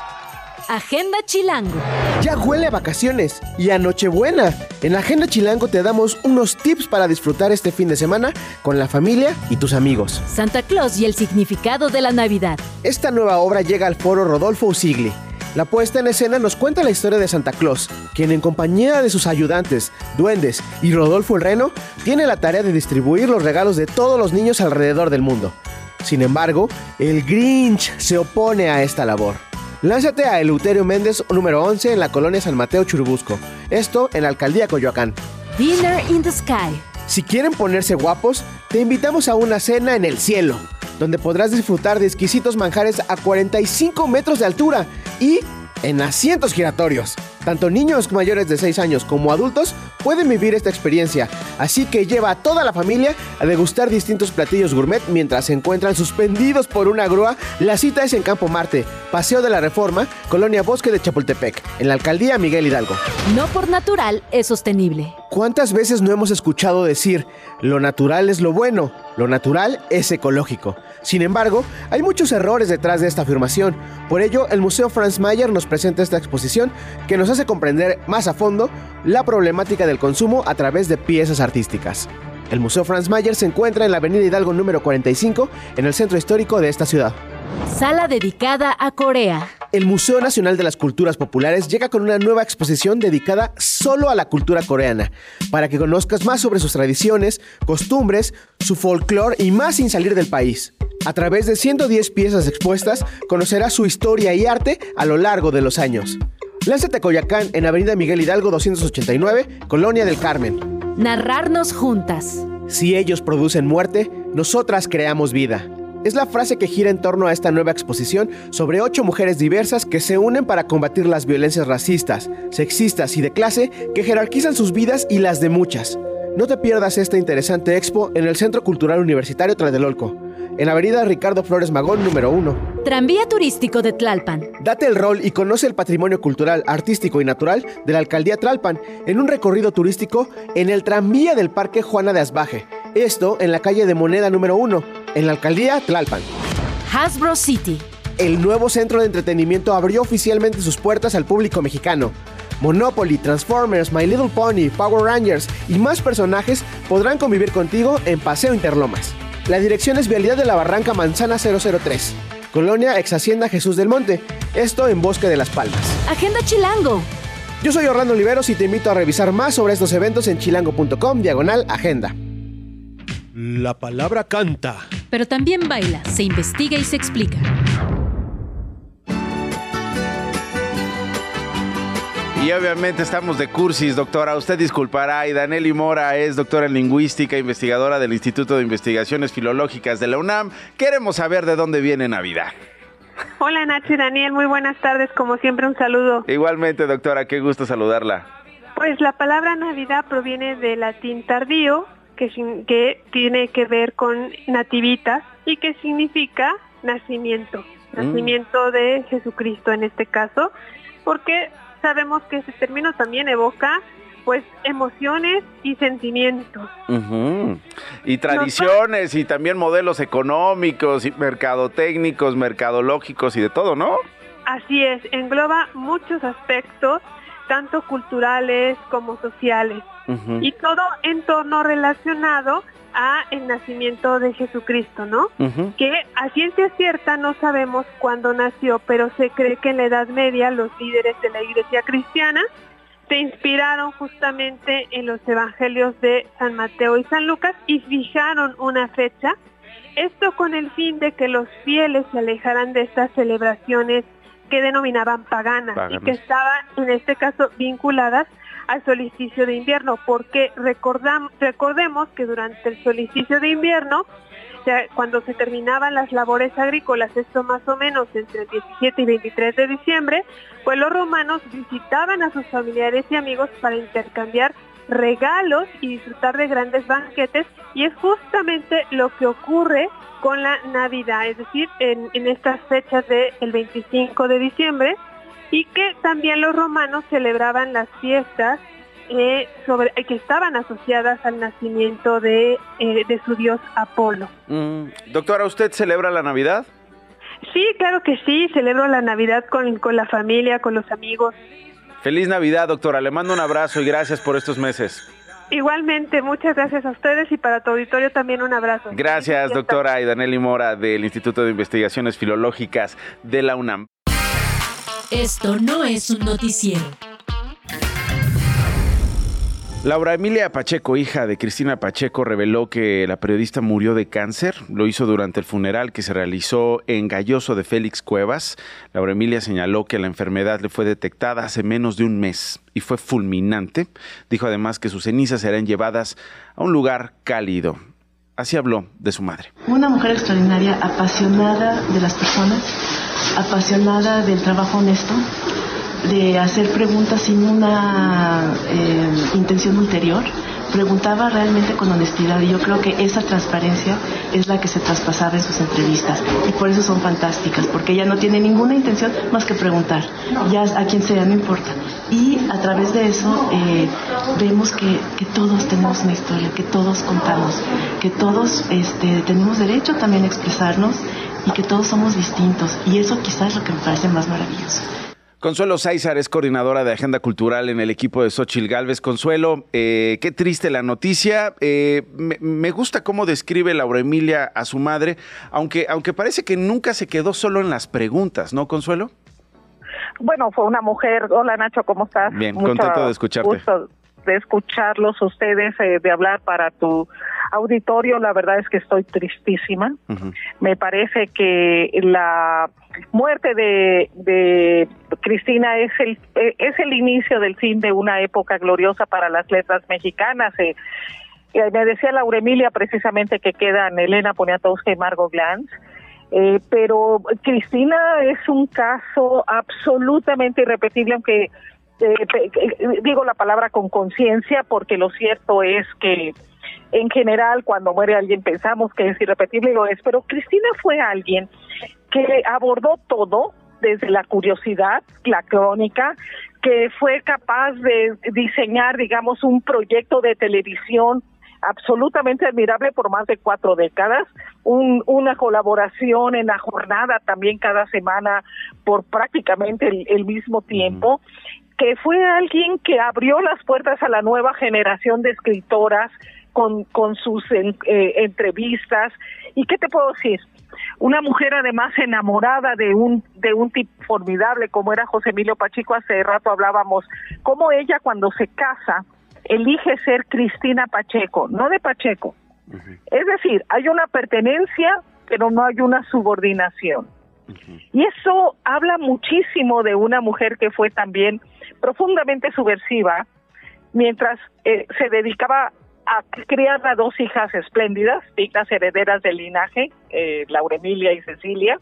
Agenda Chilango. Ya huele a vacaciones y a Nochebuena. En Agenda Chilango te damos unos tips para disfrutar este fin de semana con la familia y tus amigos. Santa Claus y el significado de la Navidad. Esta nueva obra llega al Foro Rodolfo Usigli. La puesta en escena nos cuenta la historia de Santa Claus, quien en compañía de sus ayudantes, duendes y Rodolfo el Reno, tiene la tarea de distribuir los regalos de todos los niños alrededor del mundo. Sin embargo, el Grinch se opone a esta labor. Lánzate a Eleuterio Méndez número once en la colonia San Mateo Churubusco, esto en la alcaldía Coyoacán. Dinner in the Sky. Si quieren ponerse guapos, te invitamos a una cena en el cielo, donde podrás disfrutar de exquisitos manjares a cuarenta y cinco metros de altura y en asientos giratorios. Tanto niños mayores de seis años como adultos pueden vivir esta experiencia, así que lleva a toda la familia a degustar distintos platillos gourmet mientras se encuentran suspendidos por una grúa. La cita es en Campo Marte, Paseo de la Reforma, Colonia Bosque de Chapultepec, en la alcaldía Miguel Hidalgo. No por natural es sostenible. ¿Cuántas veces no hemos escuchado decir, lo natural es lo bueno, lo natural es ecológico? Sin embargo, hay muchos errores detrás de esta afirmación. Por ello, el Museo Franz Mayer nos presenta esta exposición que nos hace comprender más a fondo la problemática del consumo a través de piezas artísticas. El Museo Franz Mayer se encuentra en la avenida Hidalgo número cuarenta y cinco, en el centro histórico de esta ciudad. Sala dedicada a Corea. El Museo Nacional de las Culturas Populares llega con una nueva exposición dedicada solo a la cultura coreana, para que conozcas más sobre sus tradiciones, costumbres, su folclore y más sin salir del país. A través de ciento diez piezas expuestas, conocerás su historia y arte a lo largo de los años. Lánzate a Coyoacán en avenida Miguel Hidalgo doscientos ochenta y nueve, Colonia del Carmen. Narrarnos juntas. Si ellos producen muerte, nosotras creamos vida. Es la frase que gira en torno a esta nueva exposición sobre ocho mujeres diversas que se unen para combatir las violencias racistas, sexistas y de clase que jerarquizan sus vidas y las de muchas. No te pierdas esta interesante expo en el Centro Cultural Universitario Tlatelolco, en avenida Ricardo Flores Magón número uno. Tranvía turístico de Tlalpan. Date el rol y conoce el patrimonio cultural, artístico y natural de la alcaldía Tlalpan en un recorrido turístico en el tranvía del Parque Juana de Asbaje. Esto en la calle de Moneda número uno, en la alcaldía Tlalpan. Hasbro City. El nuevo centro de entretenimiento abrió oficialmente sus puertas al público mexicano. Monopoly, Transformers, My Little Pony, Power Rangers y más personajes podrán convivir contigo en Paseo Interlomas. La dirección es Vialidad de la Barranca Manzana cero cero tres, Colonia Ex Hacienda Jesús del Monte, esto en Bosque de las Palmas. Agenda Chilango. Yo soy Orlando Oliveros y te invito a revisar más sobre estos eventos en chilango punto com diagonal agenda. La palabra canta. Pero también baila, se investiga y se explica. Y obviamente estamos de cursis, doctora. Usted disculpará. Y Danely Mora es doctora en lingüística, investigadora del Instituto de Investigaciones Filológicas de la UNAM. Queremos saber de dónde viene Navidad. Hola Nacho y Daniel, muy buenas tardes. Como siempre, un saludo. Igualmente, doctora, qué gusto saludarla. Pues la palabra Navidad proviene del latín tardío, que, que tiene que ver con nativitas y que significa nacimiento. Nacimiento mm. de Jesucristo en este caso, porque sabemos que ese término también evoca pues emociones y sentimientos. Uh-huh. Y tradiciones y también modelos económicos y mercadotécnicos, mercadológicos y de todo, ¿no? Así es, engloba muchos aspectos, tanto culturales como sociales. Uh-huh. Y todo en torno relacionado a el nacimiento de Jesucristo, ¿no? Uh-huh. Que a ciencia cierta no sabemos cuándo nació, pero se cree que en la Edad Media los líderes de la Iglesia cristiana se inspiraron justamente en los evangelios de San Mateo y San Lucas y fijaron una fecha, esto con el fin de que los fieles se alejaran de estas celebraciones que denominaban paganas, paganas. y que estaban en este caso vinculadas al solsticio de invierno, porque recordam, recordemos que durante el solsticio de invierno, o sea, cuando se terminaban las labores agrícolas, esto más o menos entre el diecisiete y veintitrés de diciembre, pues los romanos visitaban a sus familiares y amigos para intercambiar regalos y disfrutar de grandes banquetes, y es justamente lo que ocurre con la Navidad, es decir, en, en estas fechas del veinticinco de diciembre, y que también los romanos celebraban las fiestas eh, sobre, que estaban asociadas al nacimiento de, eh, de su dios Apolo. Mm. Doctora, ¿usted celebra la Navidad? Sí, claro que sí, celebro la Navidad con, con la familia, con los amigos. Feliz Navidad, doctora. Le mando un abrazo y gracias por estos meses. Igualmente, muchas gracias a ustedes y para tu auditorio también un abrazo. Gracias, doctora Aidaneli Mora del Instituto de Investigaciones Filológicas de la UNAM. Esto no es un noticiero. Laura Emilia Pacheco, hija de Cristina Pacheco, reveló que la periodista murió de cáncer. Lo hizo durante el funeral que se realizó en Galloso de Félix Cuevas. Laura Emilia señaló que la enfermedad le fue detectada hace menos de un mes y fue fulminante. Dijo además que sus cenizas serán llevadas a un lugar cálido. Así habló de su madre. Una mujer extraordinaria, apasionada de las personas, apasionada del trabajo honesto, de hacer preguntas sin una eh, intención ulterior. Preguntaba realmente con honestidad, y yo creo que esa transparencia es la que se traspasaba en sus entrevistas, y por eso son fantásticas, porque ella no tiene ninguna intención más que preguntar, ya a quien sea, no importa. Y a través de eso eh, vemos que, que todos tenemos una historia, que todos contamos, que todos este, tenemos derecho también a expresarnos, y que todos somos distintos, y eso quizás es lo que me parece más maravilloso. Consuelo Sáizar es coordinadora de Agenda Cultural en el equipo de Xóchitl Gálvez. Consuelo, eh, qué triste la noticia. Eh, me, me gusta cómo describe Laura Emilia a su madre, aunque, aunque parece que nunca se quedó solo en las preguntas, ¿no, Consuelo? Bueno, fue una mujer. Hola, Nacho, ¿cómo estás? Bien, Mucho contento de escucharte. Gusto de escucharlos ustedes, eh, de hablar para tu auditorio. La verdad es que estoy tristísima. Uh-huh. Me parece que la muerte de, de Cristina es el es el inicio del fin de una época gloriosa para las letras mexicanas. Eh, eh, me decía Laura Emilia precisamente que quedan Elena Poniatowska y Margot Glantz. Eh, pero Cristina es un caso absolutamente irrepetible, aunque Eh, digo la palabra con conciencia, porque lo cierto es que en general cuando muere alguien pensamos que es irrepetible, y lo es, pero Cristina fue alguien que abordó todo desde la curiosidad, la crónica, que fue capaz de diseñar, digamos, un proyecto de televisión absolutamente admirable por más de cuatro décadas, un, una colaboración en la jornada también cada semana por prácticamente el, el mismo tiempo, que fue alguien que abrió las puertas a la nueva generación de escritoras con, con sus en, eh, entrevistas. ¿Y qué te puedo decir? Una mujer además enamorada de un de un tipo formidable como era José Emilio Pacheco. Hace rato hablábamos cómo ella cuando se casa elige ser Cristina Pacheco, no de Pacheco. Uh-huh. Es decir, hay una pertenencia, pero no hay una subordinación. Uh-huh. Y eso habla muchísimo de una mujer que fue también profundamente subversiva, mientras eh, se dedicaba a criar a dos hijas espléndidas, dignas herederas del linaje, eh, Laura Emilia y Cecilia,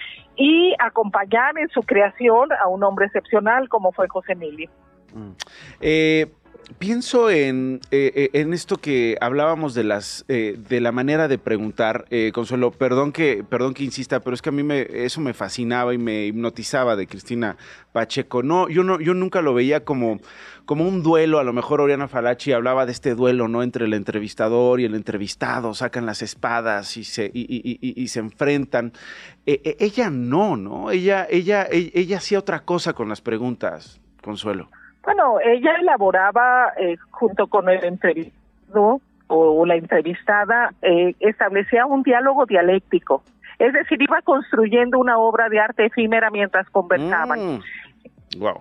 y acompañar en su creación a un hombre excepcional como fue José Emilio. Mm. Eh... Pienso en, eh, en esto que hablábamos de las eh, de la manera de preguntar, eh, Consuelo, perdón que perdón que insista, pero es que a mí me, eso me fascinaba y me hipnotizaba de Cristina Pacheco. No, yo no yo nunca lo veía como como un duelo. A lo mejor Oriana Falachi hablaba de este duelo, ¿no?, entre el entrevistador y el entrevistado, sacan las espadas y se y, y, y, y se enfrentan. Eh, eh, ella no, ¿no? Ella ella ella, ella hacía otra cosa con las preguntas, Consuelo. Bueno, ella elaboraba eh, junto con el entrevistado o la entrevistada, eh, establecía un diálogo dialéctico. Es decir, iba construyendo una obra de arte efímera mientras conversaban. Mm. Wow.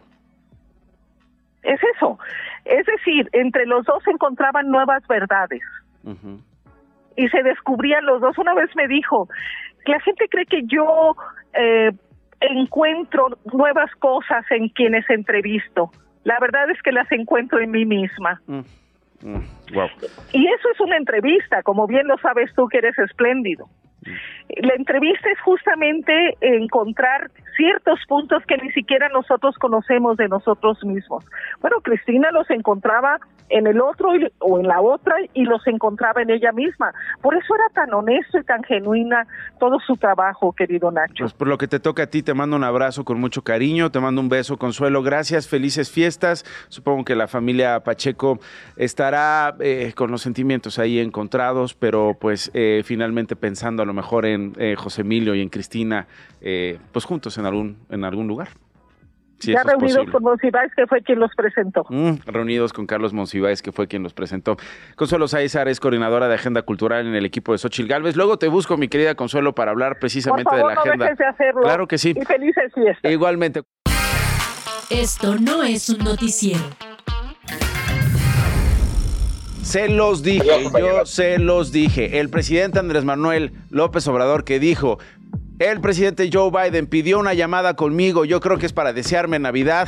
Es eso. Es decir, entre los dos se encontraban nuevas verdades. Uh-huh. Y se descubrían los dos. Una vez me dijo que la gente cree que yo eh, encuentro nuevas cosas en quienes entrevisto. La verdad es que las encuentro en mí misma. Mm. Mm. Wow. Y eso es una entrevista, como bien lo sabes tú que eres espléndido. La entrevista es justamente encontrar ciertos puntos que ni siquiera nosotros conocemos de nosotros mismos. Bueno, Cristina los encontraba en el otro y, o en la otra y los encontraba en ella misma. Por eso era tan honesto y tan genuina todo su trabajo, querido Nacho. Pues por lo que te toca a ti, te mando un abrazo con mucho cariño, te mando un beso, Consuelo, gracias, felices fiestas. Supongo que la familia Pacheco estará eh, con los sentimientos ahí encontrados, pero pues eh, finalmente pensando a lo mejor en eh, José Emilio y en Cristina, eh, pues juntos en algún, en algún lugar. Si ya reunidos con Monsiváis, que fue quien los presentó. Mm, reunidos con Carlos Monsiváis, que fue quien los presentó. Consuelo Sáizar es coordinadora de Agenda Cultural en el equipo de Xóchitl Gálvez. Luego te busco, mi querida Consuelo, para hablar precisamente Por favor, de la agenda. No dejes de hacerlo. Claro que sí. Y felices fiestas. Igualmente. Esto no es un noticiero. Se los dije, yo se los dije. El presidente Andrés Manuel López Obrador, que dijo: el presidente Joe Biden pidió una llamada conmigo, yo creo que es para desearme Navidad.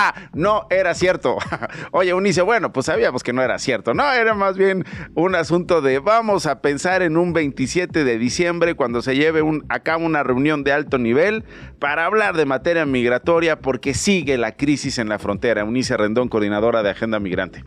No era cierto. Oye, Eunice, bueno, pues sabíamos que no era cierto. No, era más bien un asunto de vamos a pensar en un veintisiete de diciembre cuando se lleve un, a cabo una reunión de alto nivel para hablar de materia migratoria, porque sigue la crisis en la frontera. Eunice Rendón, coordinadora de Agenda Migrante.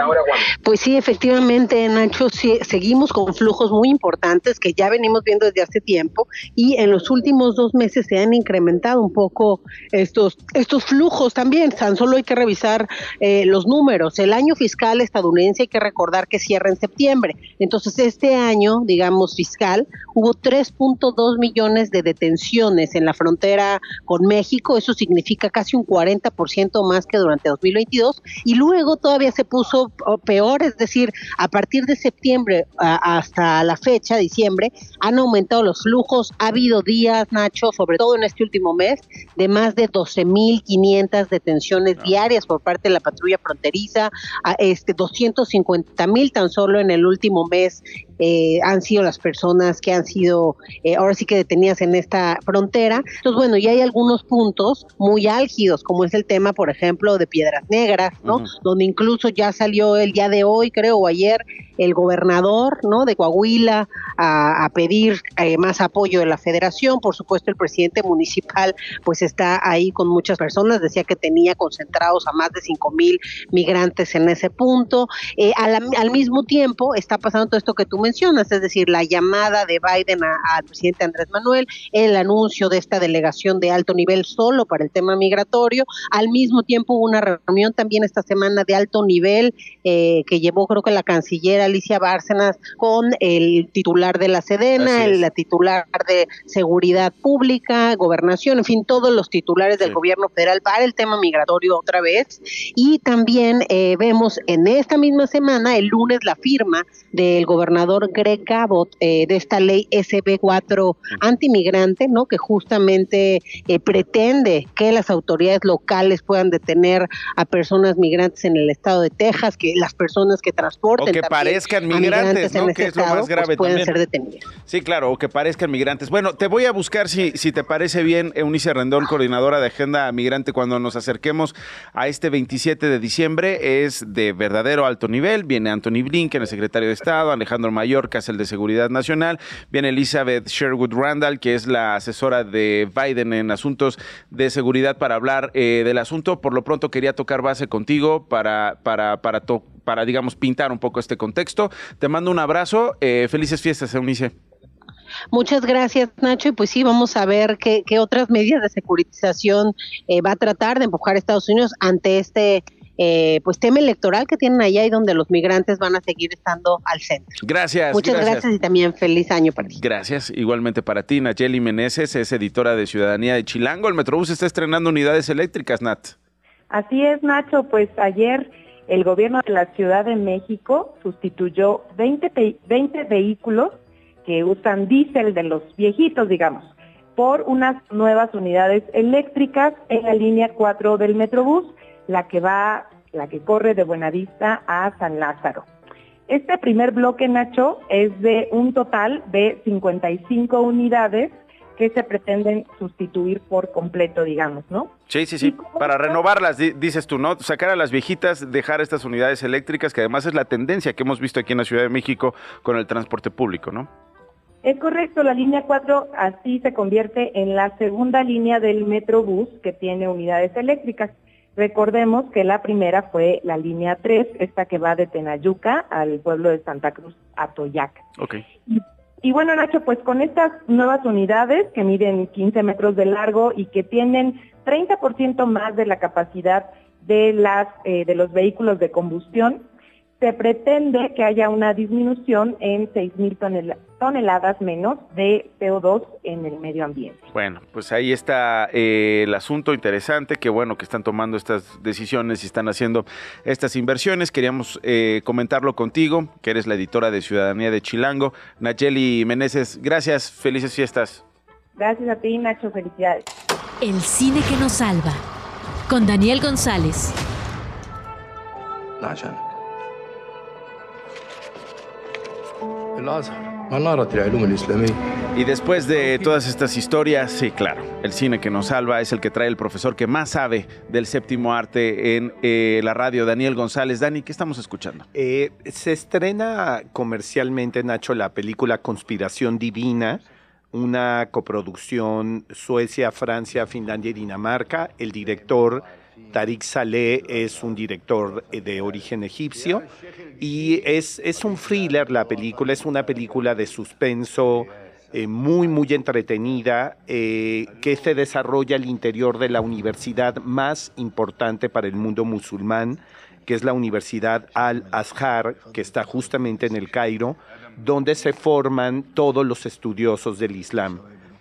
Pues sí, efectivamente, Nacho, sí, seguimos con flujos muy importantes que ya venimos viendo desde hace tiempo, y en los últimos dos meses se han incrementado un poco estos, estos flujos también. Tan solo hay que revisar eh, los números. El año fiscal estadounidense hay que recordar que cierra en septiembre. Entonces, este año, digamos, fiscal, hubo tres punto dos millones de detenciones en la frontera con México. Eso significa casi un cuarenta por ciento más que durante dos mil veintidós. Y luego todavía se puso peor, es decir, a partir de septiembre a, hasta la fecha, diciembre, han aumentado los flujos. Ha habido días, Nacho, sobre todo en este último mes, de más de doce mil quinientas detenciones no. diarias por parte de la patrulla fronteriza, a este doscientos cincuenta mil tan solo en el último mes eh, han sido las personas que han sido eh, ahora sí que detenidas en esta frontera. Entonces, bueno, y hay algunos puntos muy álgidos, como es el tema, por ejemplo, de Piedras Negras, ¿no? Uh-huh. Donde incluso ya salió el día de hoy, creo, o ayer, el gobernador, ¿no?, de Coahuila a, a pedir eh, más apoyo de la federación. Por supuesto, el presidente municipal pues está ahí con muchas personas, decía que tenía concentrados a más de cinco mil migrantes en ese punto. Eh, al, al mismo tiempo está pasando todo esto que tú mencionas, es decir, la llamada de Biden al presidente Andrés Manuel, el anuncio de esta delegación de alto nivel solo para el tema migratorio. Al mismo tiempo hubo una reunión también esta semana de alto nivel eh, que llevó, creo que la canciller Alicia Bárcenas con el titular de la Sedena, el, la titular de Seguridad Pública, Gobernación, en fin, todos los titulares del sí. gobierno federal para el tema migratorio otra vez. Y también eh, vemos en esta misma semana, el lunes, la firma del gobernador Greg Abbott eh, de esta ley S B cuatro antimigrante, ¿no?, que justamente eh, pretende que las autoridades locales puedan detener a personas migrantes en el estado de Texas, que las personas que transporten o que parezcan migrantes, ¿no?, que es lo más grave, pues pueden también ser detenidas. Sí, claro, o que parezcan migrantes. Bueno, te voy a buscar, si, si te parece bien, Eunice Rendón, coordinadora de Agenda Migrante, cuando nos acerquemos a este veintisiete de diciembre. Es de verdadero alto nivel. Viene Anthony Blinken, el secretario de Estado, Alejandro Mayorkas, el de Seguridad Nacional, viene Elizabeth Sherwood Randall, que es la asesora de Biden en asuntos de seguridad, para hablar eh, del asunto. Por lo pronto quería tocar base contigo para, para, para, to- para digamos, pintar un poco este contexto. Te mando un abrazo. Eh, felices fiestas, Eunice. Muchas gracias, Nacho, y pues sí, vamos a ver qué, qué otras medidas de securitización eh, va a tratar de empujar Estados Unidos ante este eh, pues tema electoral que tienen allá y donde los migrantes van a seguir estando al centro. Gracias. Muchas gracias, gracias y también feliz año para ti. Gracias, igualmente para ti. Nayeli Meneses es editora de Ciudadanía de Chilango. El Metrobús está estrenando unidades eléctricas, Nat. Así es, Nacho, pues ayer el gobierno de la Ciudad de México sustituyó veinte, veinte vehículos que usan diésel, de los viejitos, digamos, por unas nuevas unidades eléctricas en la línea cuatro del Metrobús, la que va, la que corre de Buenavista a San Lázaro. Este primer bloque, Nacho, es de un total de cincuenta y cinco unidades que se pretenden sustituir por completo, digamos, ¿no? Sí, sí, sí, para renovarlas, di- dices tú, ¿no? Sacar a las viejitas, dejar estas unidades eléctricas, que además es la tendencia que hemos visto aquí en la Ciudad de México con el transporte público, ¿no? Es correcto, la línea cuatro así se convierte en la segunda línea del Metrobús que tiene unidades eléctricas. Recordemos que la primera fue la línea tres, esta que va de Tenayuca al pueblo de Santa Cruz, Atoyac. Ok. Y, y bueno, Nacho, pues con estas nuevas unidades que miden quince metros de largo y que tienen treinta por ciento más de la capacidad de, las, eh, de los vehículos de combustión, se pretende que haya una disminución en seis mil tonel- toneladas menos de C O dos en el medio ambiente. Bueno, pues ahí está eh, el asunto interesante, que bueno que están tomando estas decisiones y están haciendo estas inversiones. Queríamos eh, comentarlo contigo, que eres la editora de Ciudadanía de Chilango. Nayeli Meneses, gracias, felices fiestas. Gracias a ti, Nacho, felicidades. El cine que nos salva, con Daniel González. Y después de todas estas historias, sí, claro, el cine que nos salva es el que trae el profesor que más sabe del séptimo arte en eh, la radio, Daniel González. Dani, ¿qué estamos escuchando? Eh, se estrena comercialmente, Nacho, la película Conspiración Divina, una coproducción Suecia, Francia, Finlandia y Dinamarca. El director Tariq Saleh es un director de origen egipcio y es, es un thriller la película, es una película de suspenso eh, muy, muy entretenida eh, que se desarrolla al interior de la universidad más importante para el mundo musulmán, que es la Universidad Al-Azhar, que está justamente en el Cairo, donde se forman todos los estudiosos del Islam.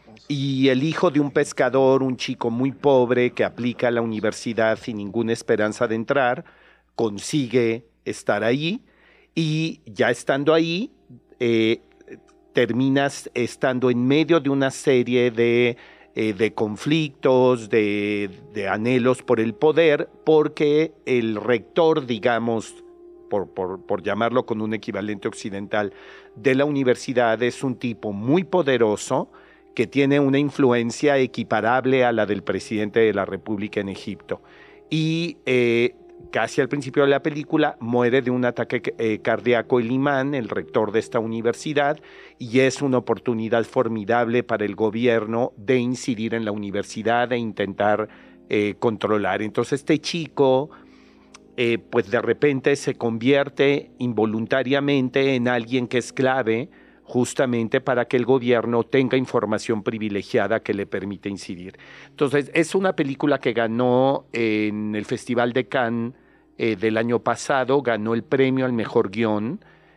Y el hijo de un pescador, un chico muy pobre que aplica a la universidad sin ninguna esperanza de entrar, consigue estar ahí y ya estando ahí, eh, terminas estando en medio de una serie de, eh, de conflictos, de, de anhelos por el poder, porque el rector, digamos, por, por, por llamarlo con un equivalente occidental, de la universidad es un tipo muy poderoso, que tiene una influencia equiparable a la del presidente de la República en Egipto. Y eh, casi al principio de la película muere de un ataque eh, cardíaco el imán, el rector de esta universidad, y es una oportunidad formidable para el gobierno de incidir en la universidad e intentar eh, controlar. Entonces este chico, eh, pues de repente se convierte involuntariamente en alguien que es clave justamente para que el gobierno tenga información privilegiada que le permite incidir. Entonces, es una película que ganó en el Festival de Cannes eh, del año pasado, ganó el premio al mejor guión,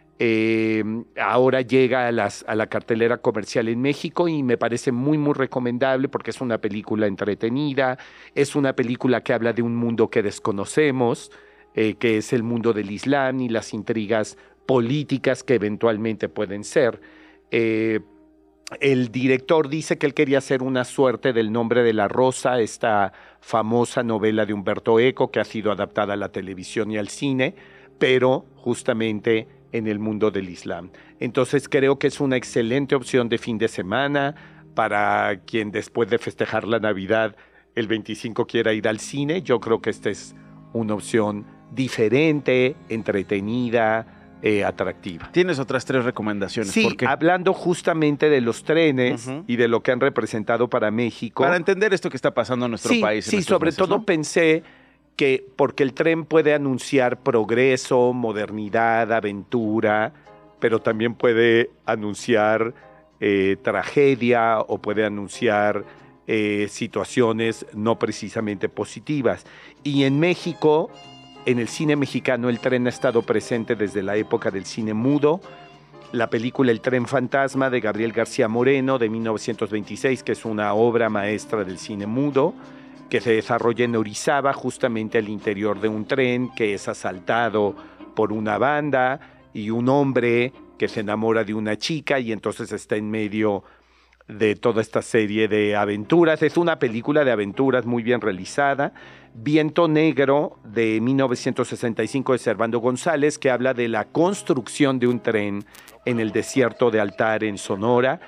eh, ahora llega a, las, a la cartelera comercial en México y me parece muy, muy recomendable porque es una película entretenida, es una película que habla de un mundo que desconocemos, eh, que es el mundo del Islam y las intrigas políticas que eventualmente pueden ser. Eh, el director dice que él quería hacer una suerte del Nombre de la Rosa, esta famosa novela de Humberto Eco que ha sido adaptada a la televisión y al cine, pero justamente en el mundo del Islam. Entonces creo que es una excelente opción de fin de semana para quien después de festejar la Navidad el veinticinco quiera ir al cine. Yo creo que esta es una opción diferente, entretenida, Eh, atractiva. Tienes otras tres recomendaciones. Sí, ¿Por qué? hablando justamente de los trenes uh-huh. y de lo que han representado para México. Para entender esto que está pasando en nuestro sí, país. Sí, en sobre meses, todo ¿no? pensé que porque el tren puede anunciar progreso, modernidad, aventura, pero también puede anunciar eh, tragedia o puede anunciar eh, situaciones no precisamente positivas. Y en México, en el cine mexicano, el tren ha estado presente desde la época del cine mudo. La película El tren fantasma de Gabriel García Moreno de mil novecientos veintiséis, que es una obra maestra del cine mudo, que se desarrolla en Orizaba, justamente al interior de un tren que es asaltado por una banda y un hombre que se enamora de una chica y entonces está en medio de toda esta serie de aventuras. Es una película de aventuras muy bien realizada. Viento Negro de mil novecientos sesenta y cinco de Servando González, que habla de la construcción de un tren en el desierto de Altar en Sonora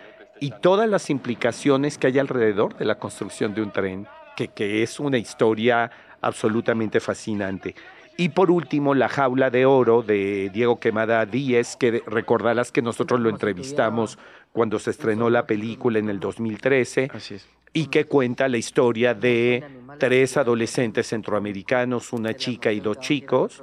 y todas las implicaciones que hay alrededor de la construcción de un tren, que, que es una historia absolutamente fascinante. Y por último, La jaula de oro de Diego Quemada Díez, que recordarás que nosotros lo entrevistamos cuando se estrenó la película en el dos mil trece. Así es. Y que cuenta la historia de tres adolescentes centroamericanos, una chica y dos chicos,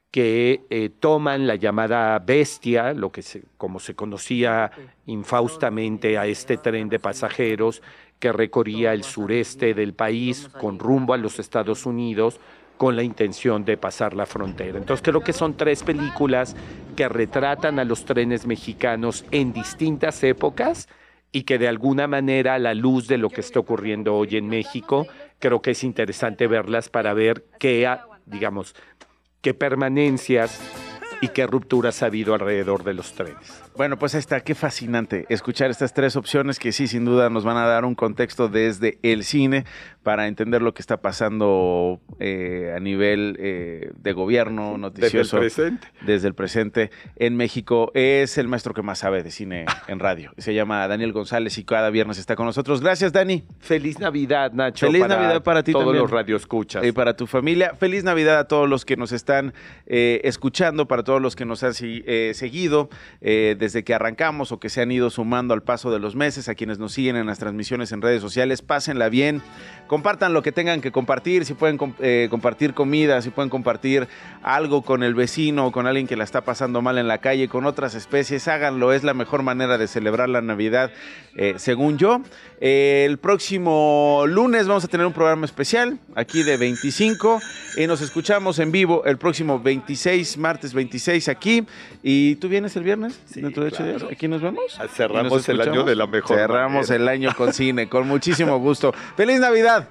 que eh, toman la llamada Bestia, lo que se, como se conocía infaustamente a este tren de pasajeros que recorría el sureste del país con rumbo a los Estados Unidos con la intención de pasar la frontera. Entonces creo que son tres películas que retratan a los trenes mexicanos en distintas épocas y que de alguna manera, a la luz de lo que está ocurriendo hoy en México, creo que es interesante verlas para ver qué, digamos, qué permanencias y qué rupturas ha habido alrededor de los trenes. Bueno, pues ahí está, qué fascinante escuchar estas tres opciones que sí, sin duda, nos van a dar un contexto desde el cine para entender lo que está pasando eh, a nivel eh, de gobierno, noticioso. Desde el presente. Desde el presente en México. Es el maestro que más sabe de cine en radio. Se llama Daniel González y cada viernes está con nosotros. Gracias, Dani. Feliz Navidad, Nacho. Feliz para Navidad para ti todos también. Todos los radioescuchas. Y para tu familia. Feliz Navidad a todos los que nos están eh, escuchando, para todos los que nos han eh, seguido eh, desde que arrancamos o que se han ido sumando al paso de los meses, a quienes nos siguen en las transmisiones en redes sociales. Pásenla bien, compartan lo que tengan que compartir, si pueden eh, compartir comida, si pueden compartir algo con el vecino o con alguien que la está pasando mal en la calle, con otras especies, háganlo, es la mejor manera de celebrar la Navidad, eh, según yo. Eh, el próximo lunes vamos a tener un programa especial, aquí de veinticinco, y nos escuchamos en vivo el próximo veintiséis, martes veintiséis aquí, y ¿tú vienes el viernes? Sí, dentro de ocho días, aquí nos vemos. Cerramos nos el año de la mejor Cerramos manera. el año con cine, con muchísimo gusto. ¡Feliz Navidad!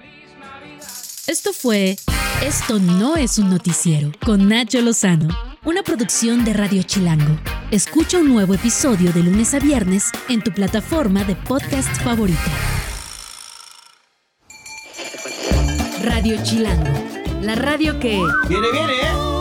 Esto fue Esto no es un noticiero, con Nacho Lozano, una producción de Radio Chilango. Escucha un nuevo episodio de lunes a viernes en tu plataforma de podcast favorita. Radio Chilango, la radio que... ¡Viene, viene!